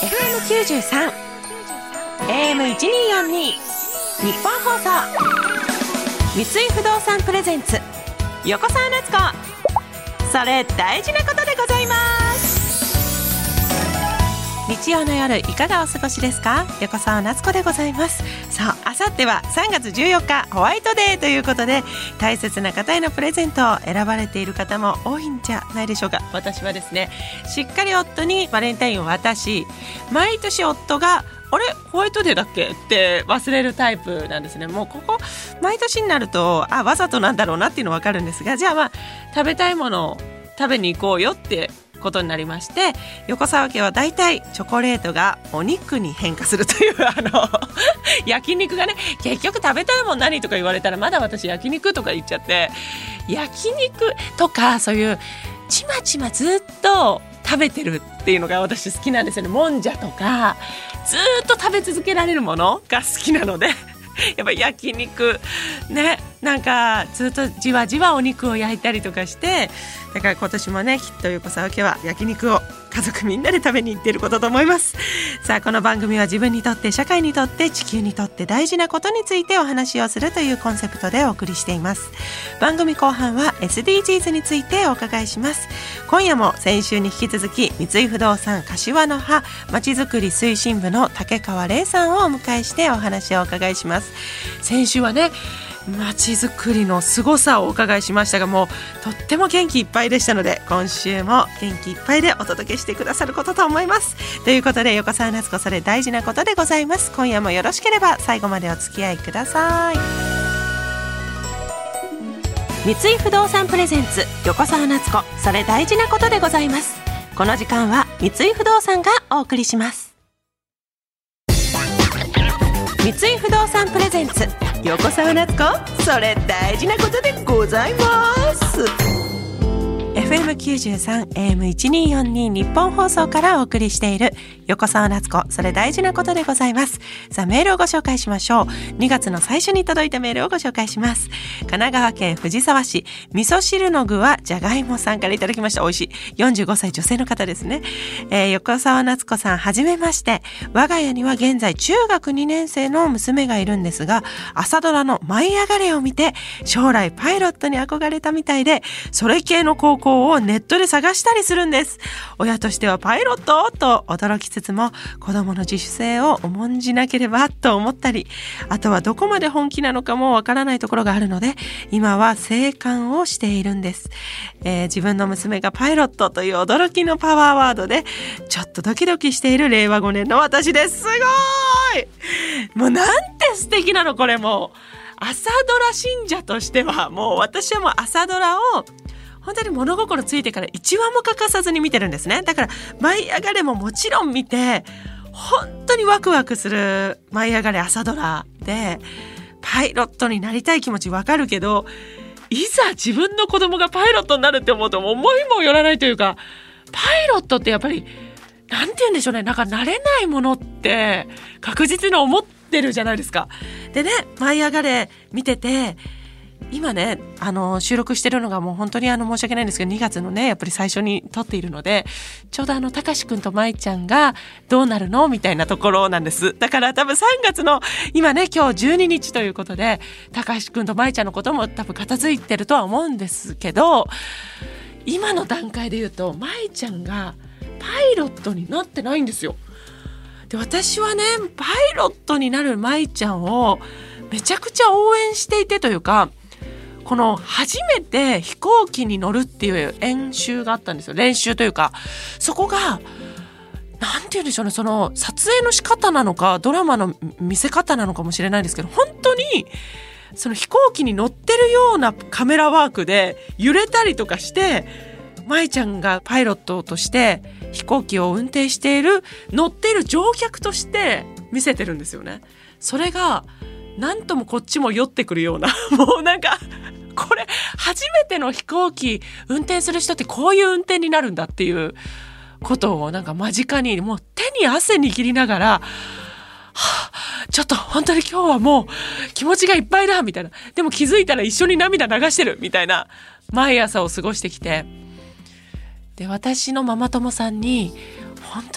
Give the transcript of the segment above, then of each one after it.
FM93 AM1242 日本放送三井不動産プレゼンツ横澤夏子、それ大事なことでございます。日曜の夜いかがお過ごしですか？横澤夏子でございます。さあ、あさっては3月14日ホワイトデーということで、大切な方へのプレゼントを選ばれている方も多いんじゃないでしょうか。私はですね、しっかり夫にバレンタインを渡し、毎年夫があれホワイトデーだっけって忘れるタイプなんですね。もうここ毎年になるとわざとなんだろうなっていうの分かるんですが、じゃあ食べたいものを食べに行こうよってことになりまして、横澤家はだいたいチョコレートがお肉に変化するという焼肉がね、結局食べたいもん何とか言われたらまだ私焼肉とか言っちゃって、焼肉とかそういうちまちまずっと食べてるっていうのが私好きなんですよね。もんじゃとかずっと食べ続けられるものが好きなのでやっぱり焼肉ね、なんかずっとじわじわお肉を焼いたりとかして、だから今年もね、きっと横澤家は焼肉を家族みんなで食べに行っていることと思います。さあ、この番組は自分にとって、社会にとって、地球にとって大事なことについてお話をするというコンセプトでお送りしています。番組後半は SDGs についてお伺いします。今夜も先週に引き続き、三井不動産柏の葉まちづくり推進部の竹川玲さんをお迎えしてお話をお伺いします。先週はね、まちづくりの凄さをお伺いしましたが、もうとっても元気いっぱいでしたので、今週も元気いっぱいでお届けしてくださることと思います。ということで、横澤夏子、それ大事なことでございます。今夜もよろしければ最後までお付き合いください。三井不動産プレゼンツ横澤夏子、それ大事なことでございます。この時間は三井不動産がお送りします。三井不動産プレゼンツ横澤夏子、それ大事なことでございます。 FM93 AM1242 日本放送からお送りしている横澤夏子、それ大事なことでございます。さあ、メールをご紹介しましょう。2月の最初に届いたメールをご紹介します。神奈川県藤沢市、味噌汁の具はじゃがいもさんからいただきました。美味しい。45歳女性の方ですね。横澤夏子さん、はじめまして。我が家には現在中学2年生の娘がいるんですが、朝ドラの舞い上がれを見て将来パイロットに憧れたみたいで、それ系の高校をネットで探したりするんです。親としてはパイロットと驚きつつも、子供の自主性を重んじなければと思ったり、あとはどこまで本気なのかもわからないところがあるので、今は静観をしているんです。自分の娘がパイロットという驚きのパワーワードでちょっとドキドキしている令和5年の私です。すごい、もうなんて素敵なの。これもう朝ドラ信者としては、もう私はもう朝ドラを本当に物心ついてから1話も欠かさずに見てるんですね。だから舞い上がれももちろん見て、本当にワクワクする舞い上がれ朝ドラで、パイロットになりたい気持ちわかるけど、いざ自分の子供がパイロットになるって思うと思いもよらないというか、パイロットってやっぱりなんて言うんでしょうね、なんか慣れないものって確実に思ってるじゃないですか。でね、舞い上がれ見てて、今ね、収録してるのがもう本当に申し訳ないんですけど、2月のね、やっぱり最初に撮っているので、ちょうどたかしくんとまいちゃんがどうなるのみたいなところなんです。だから多分3月の今ね、今日12日ということで、たかしくんとまいちゃんのことも多分片付いてるとは思うんですけど、今の段階で言うとまいちゃんがパイロットになってないんですよ。で、私はね、パイロットになるまいちゃんをめちゃくちゃ応援していてというか、この初めて飛行機に乗るっていう演習があったんですよ。練習というか、そこがなんて言うんでしょうね、その撮影の仕方なのかドラマの見せ方なのかもしれないですけど、本当にその飛行機に乗ってるようなカメラワークで揺れたりとかして、舞ちゃんがパイロットとして飛行機を運転している、乗っている乗客として見せてるんですよね。それがなんともこっちも酔ってくるような、もうなんかこれ初めての飛行機運転する人ってこういう運転になるんだっていうことをなんか間近に、もう手に汗握りながら、ちょっと本当に今日はもう気持ちがいっぱいだみたいな、でも気づいたら一緒に涙流してるみたいな毎朝を過ごしてきて、で私のママ友さんに本当に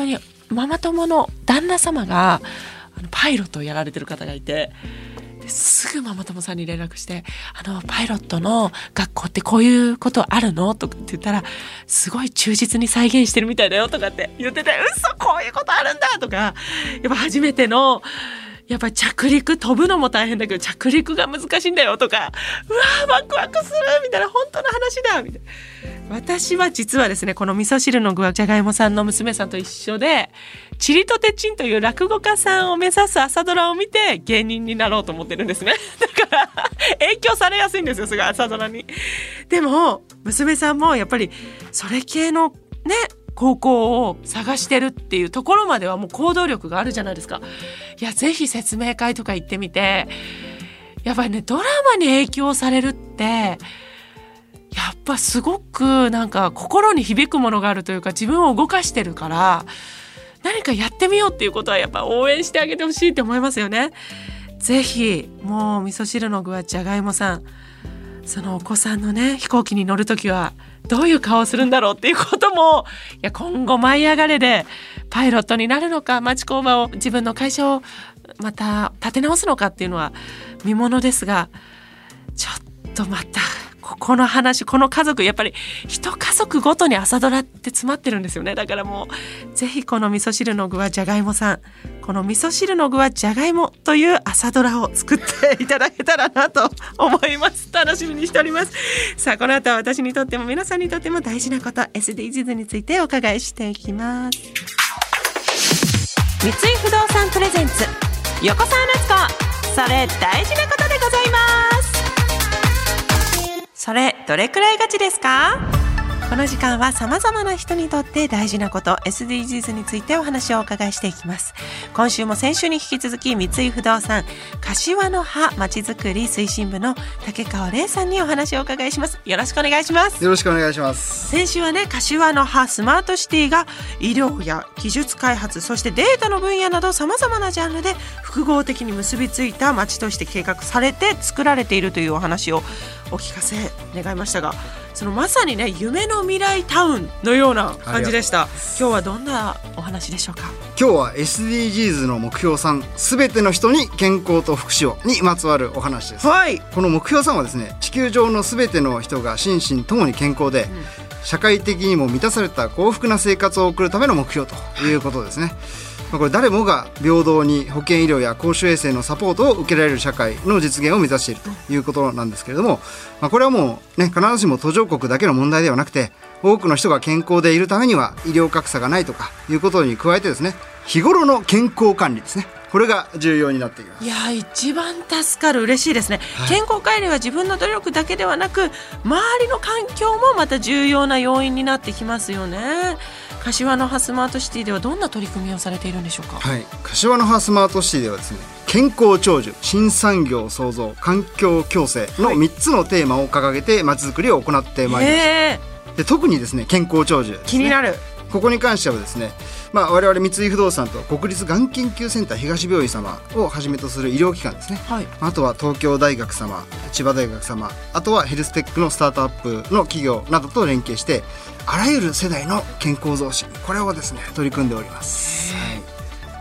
ママ友の旦那様がパイロットをやられてる方がいて、すぐママ友さんに連絡して、パイロットの学校ってこういうことあるのとかって言ったら、すごい忠実に再現してるみたいだよとかって言ってて、嘘、こういうことあるんだとか、やっぱ初めてのやっぱり着陸、飛ぶのも大変だけど着陸が難しいんだよとか、うわーワクワクするみたいな、本当の話だみたいな。私は実はですね、この味噌汁の具はじゃがいもさんの娘さんと一緒で、チリとてっちんという落語家さんを目指す朝ドラを見て芸人になろうと思ってるんですね。だから影響されやすいんですよ、すごい朝ドラに。でも娘さんもやっぱりそれ系のね高校を探してるっていうところまではもう行動力があるじゃないですか。いや、ぜひ説明会とか行ってみて、やっぱりね、ドラマに影響されるってやっぱすごくなんか心に響くものがあるというか、自分を動かしてるから、何かやってみようっていうことはやっぱ応援してあげてほしいって思いますよね。ぜひもう味噌汁の具はじゃがいもさん、そのお子さんのね飛行機に乗るときはどういう顔をするんだろうっていうことも、いや今後舞い上がれでパイロットになるのか、町工場を自分の会社をまた立て直すのかっていうのは見ものですが、ちょっとまたここの話、この家族、やっぱり一家族ごとに朝ドラって詰まってるんですよね。だからもうぜひこの味噌汁の具はじゃがいもさん、この味噌汁の具はじゃがいもという朝ドラを作っていただけたらなと思います。楽しみにしております。さあこの後は私にとっても皆さんにとっても大事なこと、 SDGs についてお伺いしていきます。三井不動産プレゼンツ横澤夏子、それ大事なことでございます。それどれくらいガチですか？この時間は様々な人にとって大事なこと、 SDGs についてお話をお伺いしていきます。今週も先週に引き続き三井不動産柏の葉まちづくり推進部の竹川玲さんにお話をお伺いします。よろしくお願いします。 よろしくお願いします。 先週はね、柏の葉スマートシティが医療や技術開発、そしてデータの分野など様々なジャンルで複合的に結びついた街として計画されて作られているというお話をお聞かせ願いましたが、そのまさにね、夢の未来タウンのような感じでした。今日はどんなお話でしょうか？ 今日は SDGs の目標3、すべての人に健康と福祉をにまつわるお話です。 はい。 この目標3はですね、地球上のすべての人が心身ともに健康で、社会的にも満たされた幸福な生活を送るための目標ということですね。これ誰もが平等に保健医療や公衆衛生のサポートを受けられる社会の実現を目指しているということなんですけれども、これはもうね、必ずしも途上国だけの問題ではなくて、多くの人が健康でいるためには医療格差がないとかいうことに加えてですね、日頃の健康管理ですね、これが重要になっています。 いや、一番助かる、嬉しいですね、はい、健康管理は自分の努力だけではなく、周りの環境もまた重要な要因になってきますよね。柏の葉スマートシティではどんな取り組みをされているんでしょうか？ はい、柏の葉スマートシティではですね、健康長寿、新産業創造、環境共生の3つのテーマを掲げてまちづくりを行ってまいりました。で、特にですね、健康長寿ですね、 気になる。 ここに関してはですね、我々三井不動産と国立がん研究センター東病院様をはじめとする医療機関ですね、はい、あとは東京大学様、千葉大学様、あとはヘルステックのスタートアップの企業などと連携して、あらゆる世代の健康増進、これをですね取り組んでおります。はい、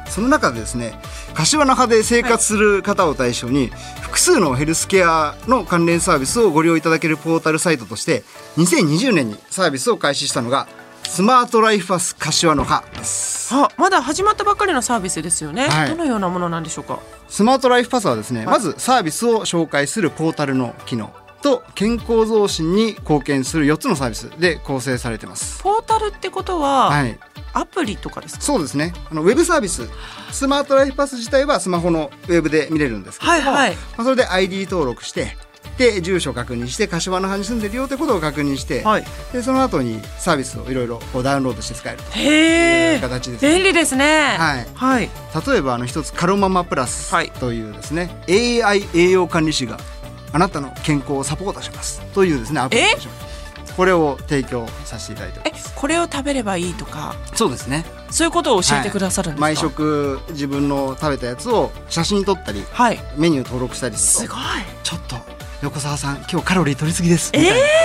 その中でですね、柏の葉で生活する方を対象に、複数のヘルスケアの関連サービスをご利用いただけるポータルサイトとして2020年にサービスを開始したのがスマートライフパス柏の葉です。 まだ始まったばかりのサービスですよね、はい、どのようなものなんでしょうか？ スマートライフパスはですね、まずサービスを紹介するポータルの機能と健康増進に貢献する4つのサービスで構成されています。 ポータルってことは、 はい、 アプリとかですか？ そうですね、ウェブサービス、スマートライフパス自体はスマホのウェブで見れるんですけども、はいはい、それで ID 登録して、で住所を確認して、柏の葉に住んでるよということを確認して、はい、でその後にサービスをいろいろダウンロードして使えるという形です、ね、 便利ですね。 はいはい、例えば一つカロママプラスというですね、AI 栄養管理士があなたの健康をサポートしますというですねアプリをこれを提供させていただいております。 これを食べればいいとか？そうですね、そういうことを教えてくださるんですか？ 毎食自分の食べたやつを写真撮ったり、はい、メニュー登録したりすると、 すごい、 ちょっと横澤さん今日カロリー取りすぎですみたいな、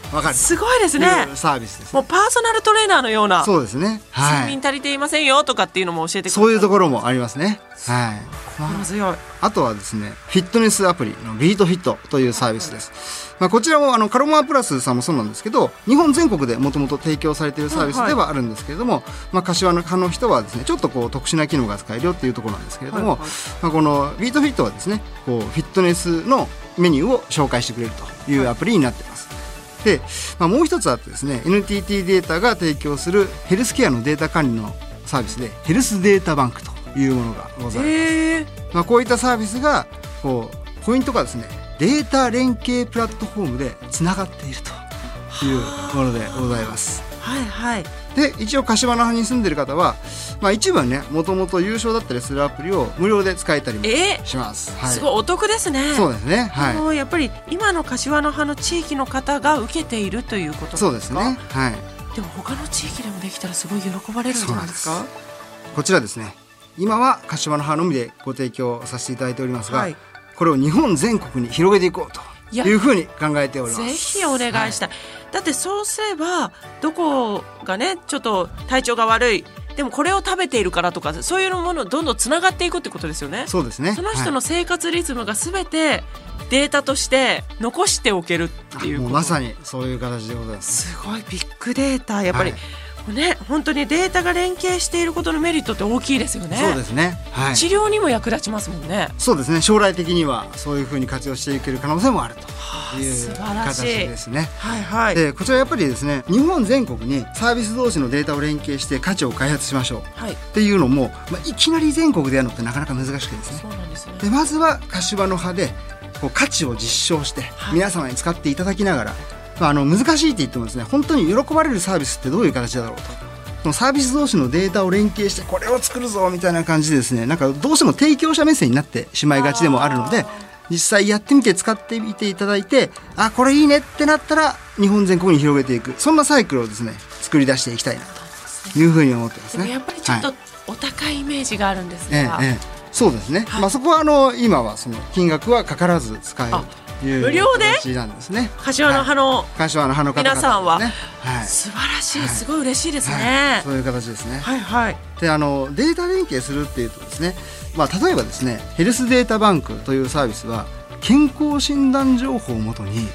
分かるすごいですね。 サービスです、 もうパーソナルトレーナーのような。 そうですね、 睡眠足りていませんよとかっていうのも教えてくれる。 そういうところもありますね。 心強い。 あとはですね、フィットネスアプリのビートフィットというサービスです。こちらもカロマープラスさんもそうなんですけど、日本全国でもともと提供されているサービスではあるんですけれども、柏の派の人はですね、ちょっと特殊な機能が使えるよっていうところなんですけれども、このビートフィットはですね、フィットネスのメニューを紹介してくれるというアプリになっています。で、もう一つあってですね、 NTT データが提供するヘルスケアのデータ管理のサービスでヘルスデータバンクというものがございます。こういったサービスがポイントがですね、データ連携プラットフォームでつながっているというものでございます。で、一応柏の葉に住んでいる方は、一部はね、もともと優勝だったりするアプリを無料で使えたりもします。 すごいお得ですね。 そうですね、 やっぱり今の柏の葉の地域の方が受けているということですか。 そうですね、 でも他の地域でもできたらすごい喜ばれるんじゃないですか。 こちらですね、今は柏の葉のみでご提供させていただいておりますが、これを日本全国に広げていこうというふうに考えております。 ぜひお願いしたい。だってそうすれば、どこがねちょっと体調が悪い、でもこれを食べているからとか、そういうものどんどんつながっていくってことですよね。 そうですね。 その人の生活リズムが全てデータとして残しておけるっていうこと。 もうまさにそういう形でございます。 すごいビッグデータ、やっぱり、本当にデータが連携していることのメリットって大きいですよね。 そうですね、 治療にも役立ちますもんね。 そうですね、将来的にはそういうふうに活用していける可能性もあるという形ですね。で、こちらやっぱりですね、日本全国にサービス同士のデータを連携して価値を開発しましょうっていうのも、いきなり全国でやるのってなかなか難しくてですね。 そうなんですね。 で、まずは柏の葉で価値を実証して皆様に使っていただきながら、難しいって言ってもですね、本当に喜ばれるサービスってどういう形だろうと、そのサービス同士のデータを連携してこれを作るぞみたいな感じでですね、なんかどうしても提供者目線になってしまいがちでもあるので、実際やってみて使ってみていただいて、これいいねってなったら日本全国に広げていく、そんなサイクルをですね作り出していきたいなというふうに思ってますね。 でもやっぱりちょっとお高いイメージがあるんですが、 そうですね、そこは今はその金額はかからず使える無料でなんですね。 柏の葉の皆さんは、素晴らしい、すごい嬉しいですね。 そういう形ですね。で、デデータ連携するっていうとですね、例えばですね、ヘルスデータバンクというサービスは健康診断情報をもとに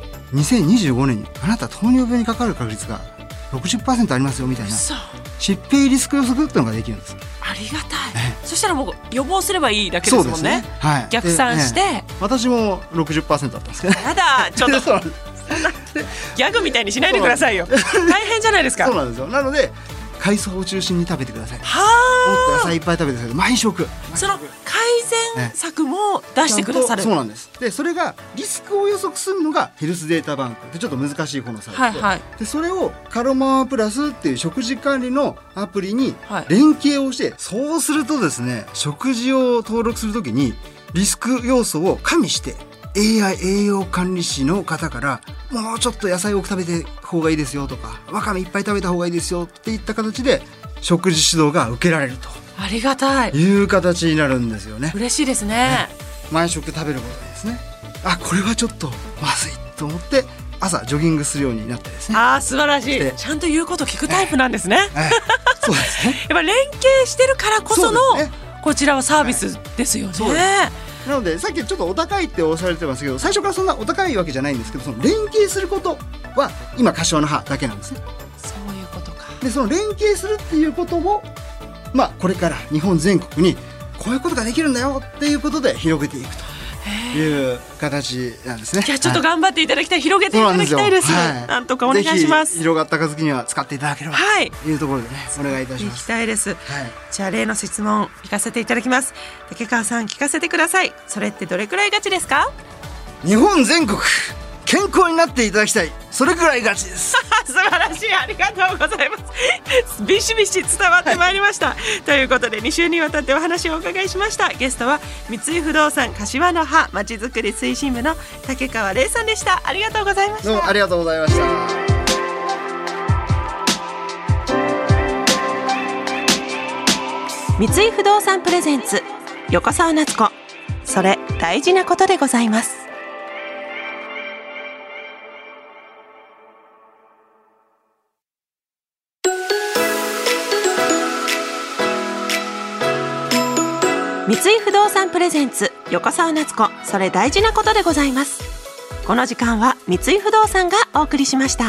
2025年にあなた糖尿病にかかる確率が 60% ありますよみたいな疾病リスク予測っていうのができるんです。 ありがたい。そしたらもう予防すればいいだけですもんね。逆算して、 私も 60% だったんですけど、 やだ、ちょっとギャグみたいにしないでくださいよ。大変じゃないですか。 そうなんですよ。なので海藻を中心に食べてください。もっと野菜いっぱい食べてください。毎食その改善策も出してくださる。 そうなんです。で、それがリスクを予測するのがヘルスデータバンクで、ちょっと難しい方のサービスで、それをカロマープラスっていう食事管理のアプリに連携をして、そうするとですね、食事を登録するときにリスク要素を加味して AI 栄養管理士の方からもうちょっと野菜多く食べて方がいいですよとか、わかめいっぱい食べた方がいいですよっていった形で食事指導が受けられると、 ありがたいいう形になるんですよね。 嬉しいですね。 毎食食べることでですね、これはちょっとまずいと思って朝ジョギングするようになってですね。 素晴らしい。ちゃんと言うこと聞くタイプなんですね。 そうですね。 やっぱ連携してるからこそのこちらはサービスですよね。 なのでさっきちょっとお高いっておっしゃられてますけど、最初からそんなお高いわけじゃないんですけど、その連携することは今柏の葉だけなんですね。 そういうことか。で、 その連携するっていうことをこれから日本全国にこういうことができるんだよっていうことで広げていくという形なんですね。 じゃあちょっと頑張っていただきたい、広げていただきたいです。なんとかお願いします。 ぜひ広がった暁には使っていただければというところでね、お願いいたします。 行きたいです。じゃあ例の質問聞かせていただきます。竹川さん、聞かせてください。それってどれくらいガチですか？ 日本全国健康になっていただきたい、それくらいガチです。 素晴らしい、ありがとうございます。ビシビシ伝わってまいりました。ということで2週にわたってお話をお伺いしました。ゲストは三井不動産柏の葉まちづくり推進部の竹川玲さんでした。ありがとうございました。 どうもありがとうございました。 三井不動産プレゼンツ横澤夏子、それ大事なことでございます。 三井不動産プレゼンツ横澤夏子、それ大事なことでございます。この時間は三井不動産がお送りしました。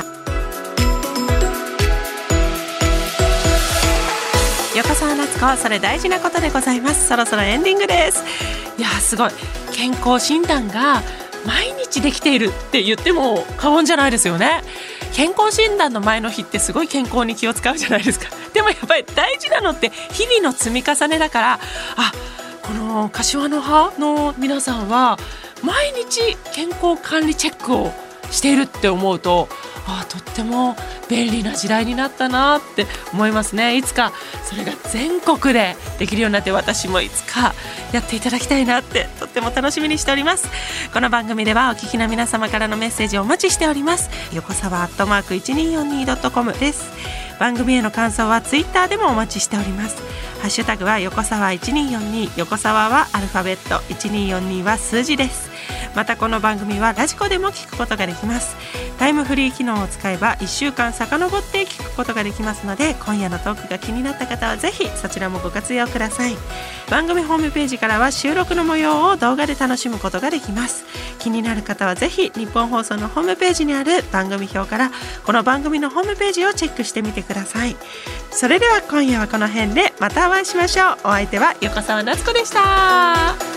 横澤夏子、それ大事なことでございます。そろそろエンディングです。いやすごい、健康診断が毎日できているって言っても過言じゃないですよね。健康診断の前の日ってすごい健康に気を使うじゃないですか。でもやっぱり大事なのって日々の積み重ねだから、この柏の葉の皆さんは毎日健康管理チェックをしているって思うと、とっても便利な時代になったなって思いますね。いつかそれが全国でできるようになって、私もいつかやっていただきたいなってとっても楽しみにしております。この番組ではお聞きの皆様からのメッセージをお待ちしております。横澤@1242.com です。番組への感想はツイッターでもお待ちしております。ハッシュタグは横澤1242、横澤はアルファベット、1242は数字です。またこの番組はラジコでも聞くことができます。タイムフリー機能を使えば1週間遡って聞くことができますので、今夜のトークが気になった方はぜひそちらもご活用ください。番組ホームページからは収録の模様を動画で楽しむことができます。気になる方はぜひ日本放送のホームページにある番組表からこの番組のホームページをチェックしてみてください。それでは今夜はこの辺でまたお会いしましょう。お相手は横澤夏子でした。